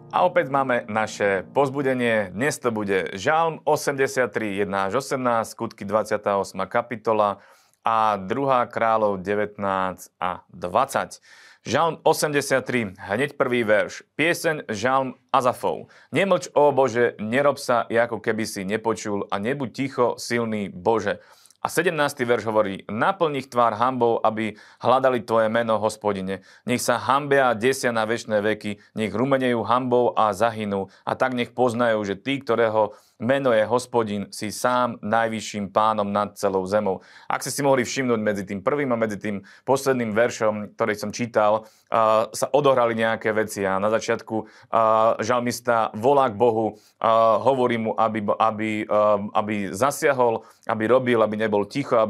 A opäť máme naše povzbudenie. Dnes to bude Žalm 83, 1 až 18, Skutky 28. kapitola a 2. kráľov 19 a 20. Žalm 83, hneď prvý verš. Pieseň Žalm Azafov. Nemlč, ó Bože, nerob sa, ako keby si nepočul, a nebuď ticho, silný Bože. A 17. verš hovorí, naplň ich tvár hanbou, aby hľadali tvoje meno, Hospodine. Nech sa hanbia a desia na večné veky, nech rumenejú hanbou a zahynú. A tak nech poznajú, že tí, ktorého meno je Hospodin, si sám najvyšším pánom nad celou zemou. Ak ste si mohli všimnúť medzi tým prvým a medzi tým posledným veršom, ktorý som čítal, sa odohrali nejaké veci a na začiatku žalmista volá k Bohu, hovorí mu, aby zasiahol, aby robil, aby nebol ticho,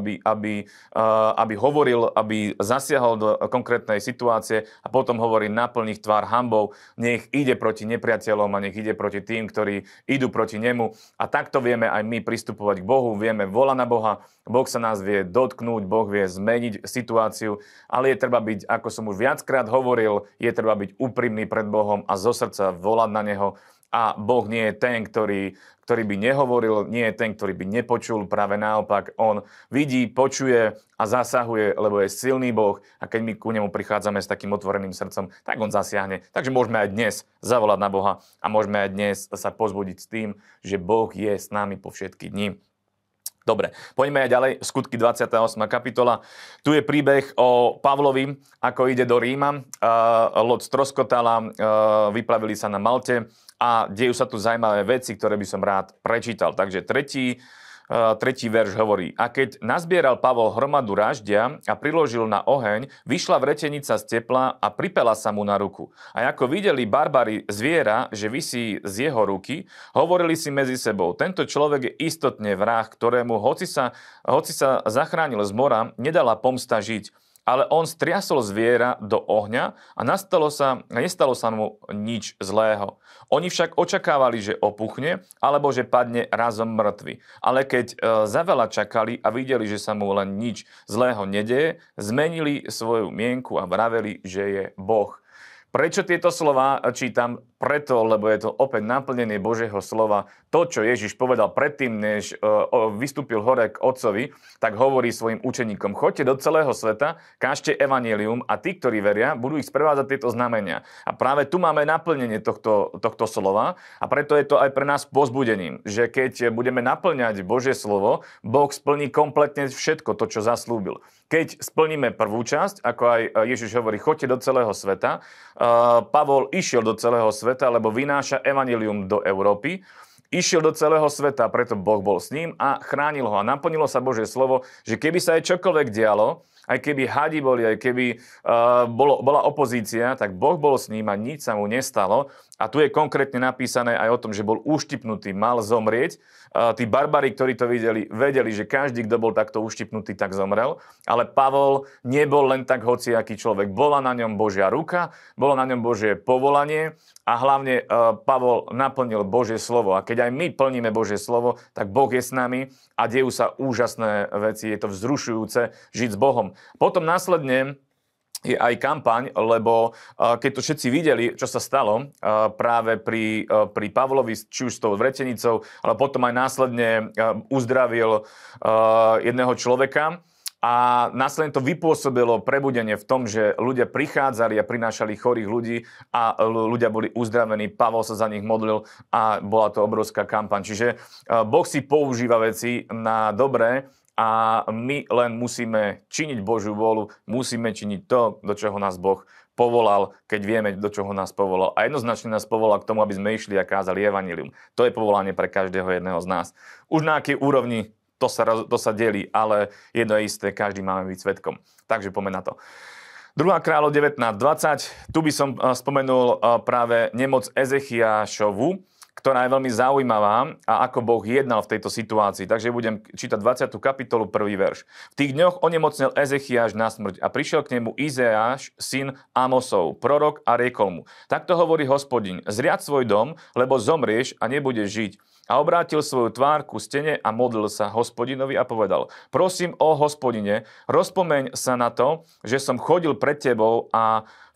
aby hovoril, aby zasiahol do konkrétnej situácie a potom hovorí, naplň ich tvár hanbou, nech ide proti nepriateľom a nech ide proti tým, ktorí idú proti nemu. A takto vieme aj my pristupovať k Bohu, vieme volať na Boha, Boh sa nás vie dotknúť, Boh vie zmeniť situáciu, ale je treba byť, ako som už viackrát hovoril, je treba byť úprimný pred Bohom a zo srdca volať na Neho. A Boh nie je ten, ktorý by nehovoril, nie je ten, ktorý by nepočul, práve naopak. On vidí, počuje a zasahuje, lebo je silný Boh a keď my ku nemu prichádzame s takým otvoreným srdcom, tak on zasiahne. Takže môžeme aj dnes zavolať na Boha a môžeme aj dnes sa pozbudiť s tým, že Boh je s nami po všetky dni. Dobre, poďme aj ďalej. Skutky 28. kapitola. Tu je príbeh o Pavlovi, ako ide do Ríma. Loď stroskotala, vyplavili sa na Malte a dejú sa tu zaujímavé veci, ktoré by som rád prečítal. Takže tretí verš hovorí, a keď nazbieral Pavol hromadu raždia a priložil na oheň, vyšla vretenica z tepla a pripela sa mu na ruku. A ako videli barbari zviera, že visí z jeho ruky, hovorili si medzi sebou, tento človek je istotne vrah, ktorému hoci sa zachránil z mora, nedala pomsta žiť. Ale on striasol zviera do ohňa a nestalo sa mu nič zlého. Oni však očakávali, že opuchne, alebo že padne razom mŕtvy. Ale keď zaveľa čakali a videli, že sa mu len nič zlého nedeje, zmenili svoju mienku a vraveli, že je Boh. Prečo tieto slova čítam? Preto, lebo je to opäť naplnenie Božieho slova. To, čo Ježiš povedal predtým, než vystúpil hore k Otcovi, tak hovorí svojim učeníkom, choďte do celého sveta, kážte evanjelium a tí, ktorí veria, budú ich sprevádzať tieto znamenia. A práve tu máme naplnenie tohto slova a preto je to aj pre nás povzbudením, že keď budeme naplňať Božie slovo, Boh splní kompletne všetko to, čo zaslúbil. Keď splníme prvú časť, ako aj Ježiš hovorí, choďte do celého sveta, Pavol išiel do celého sveta, lebo vynáša evanjelium do Európy. Išiel do celého sveta, preto Boh bol s ním a chránil ho. A naplnilo sa Božie slovo, že keby sa aj čokoľvek dialo, aj keby hadi boli, aj keby bola opozícia, tak Boh bol s ním a nič sa mu nestalo. A tu je konkrétne napísané aj o tom, že bol uštipnutý, mal zomrieť. Tí barbari, ktorí to videli, vedeli, že každý, kto bol takto uštipnutý, tak zomrel. Ale Pavol nebol len tak hociaký človek. Bola na ňom Božia ruka, bolo na ňom Božie povolanie a hlavne Pavol naplnil Božie slovo. A keď aj my plníme Božie slovo, tak Boh je s nami a dejú sa úžasné veci. Je to vzrušujúce žiť s Bohom. Potom následne je aj kampaň, lebo keď to všetci videli, čo sa stalo práve pri Pavlovi, či už s tou vretenicou, ale potom aj následne uzdravil jedného človeka a následne to vypôsobilo prebudenie v tom, že ľudia prichádzali a prinášali chorých ľudí a ľudia boli uzdravení, Pavol sa za nich modlil a bola to obrovská kampaň. Čiže Boh si používa veci na dobré, a my len musíme činiť Božiu vôľu, musíme činiť to, do čoho nás Boh povolal, keď vieme, do čoho nás povolal. A jednoznačne nás povolal k tomu, aby sme išli a kázali evanjelium. To je povolanie pre každého jedného z nás. Už na akej úrovni to sa delí, ale jedno je isté, každý máme byť svedkom. Takže poďme na to. 2. kráľov 19:20. Tu by som spomenul práve nemoc Ezechiášovu, ktorá je veľmi zaujímavá a ako Boh jednal v tejto situácii. Takže budem čítať 20. kapitolu, 1. verš. V tých dňoch onemocnel Ezechiáš na smrť a prišiel k nemu Izeáš, syn Amosov, prorok a riekol mu. Takto hovorí Hospodin, zriaď svoj dom, lebo zomrieš a nebudeš žiť. A obrátil svoju tvár ku stene a modlil sa Hospodinovi a povedal, prosím o Hospodine, rozpomeň sa na to, že som chodil pred tebou a v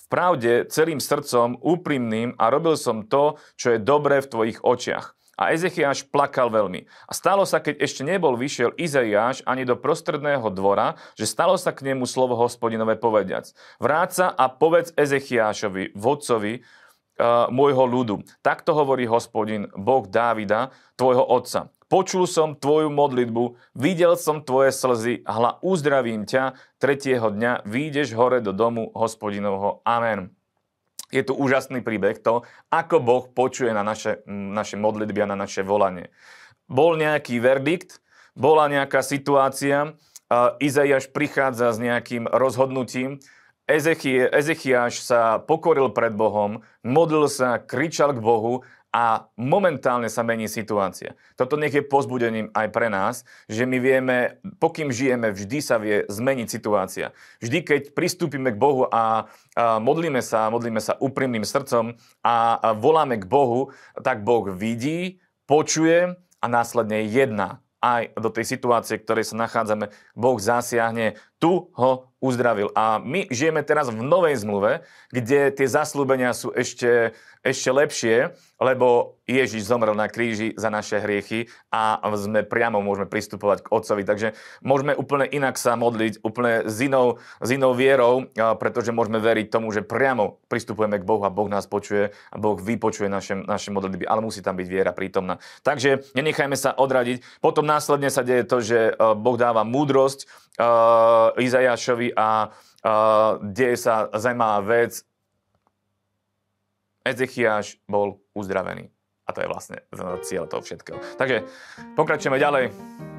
v pravde celým srdcom, úprimným a robil som to, čo je dobré v tvojich očiach. A Ezechiáš plakal veľmi. A stalo sa, keď ešte nebol vyšiel Izaiáš ani do prostredného dvora, že stalo sa k nemu slovo Hospodinové povediac. Vráť sa a povedz Ezechiášovi, vodcovi môjho ľudu. Takto hovorí Hospodin, Boh Dávida, tvojho otca. Počul som tvoju modlitbu, videl som tvoje slzy, hľa uzdravím ťa, tretieho dňa vyjdeš hore do domu Hospodinovho. Amen. Je tu úžasný príbeh to, ako Boh počuje na naše modlitby a na naše volanie. Bol nejaký verdikt, bola nejaká situácia, Izaiáš prichádza s nejakým rozhodnutím, Ezechiáš sa pokoril pred Bohom, modlil sa, kričal k Bohu a momentálne sa mení situácia. Toto nech je povzbudením aj pre nás, že my vieme, pokým žijeme, vždy sa vie zmeniť situácia. Vždy, keď pristúpime k Bohu a modlíme sa úprimným srdcom a voláme k Bohu, tak Boh vidí, počuje a následne jedná. Aj do tej situácie, v ktorej sa nachádzame, Boh zasiahne, tu ho uzdravil. A my žijeme teraz v novej zmluve, kde tie zasľúbenia sú ešte lepšie, lebo Ježiš zomrel na kríži za naše hriechy a sme priamo môžeme pristupovať k Otcovi. Takže môžeme úplne inak sa modliť, úplne s inou vierou, pretože môžeme veriť tomu, že priamo pristupujeme k Bohu a Boh nás počuje a Boh vypočuje naše modlitby, ale musí tam byť viera prítomná. Takže nenechajme sa odradiť. Potom následne sa deje to, že Boh dáva múdrosť Izaiášovi a deje sa zaujímavá vec. Ezechiáš bol uzdravený. A to je vlastne cieľ toho všetkého. Takže pokračujeme ďalej.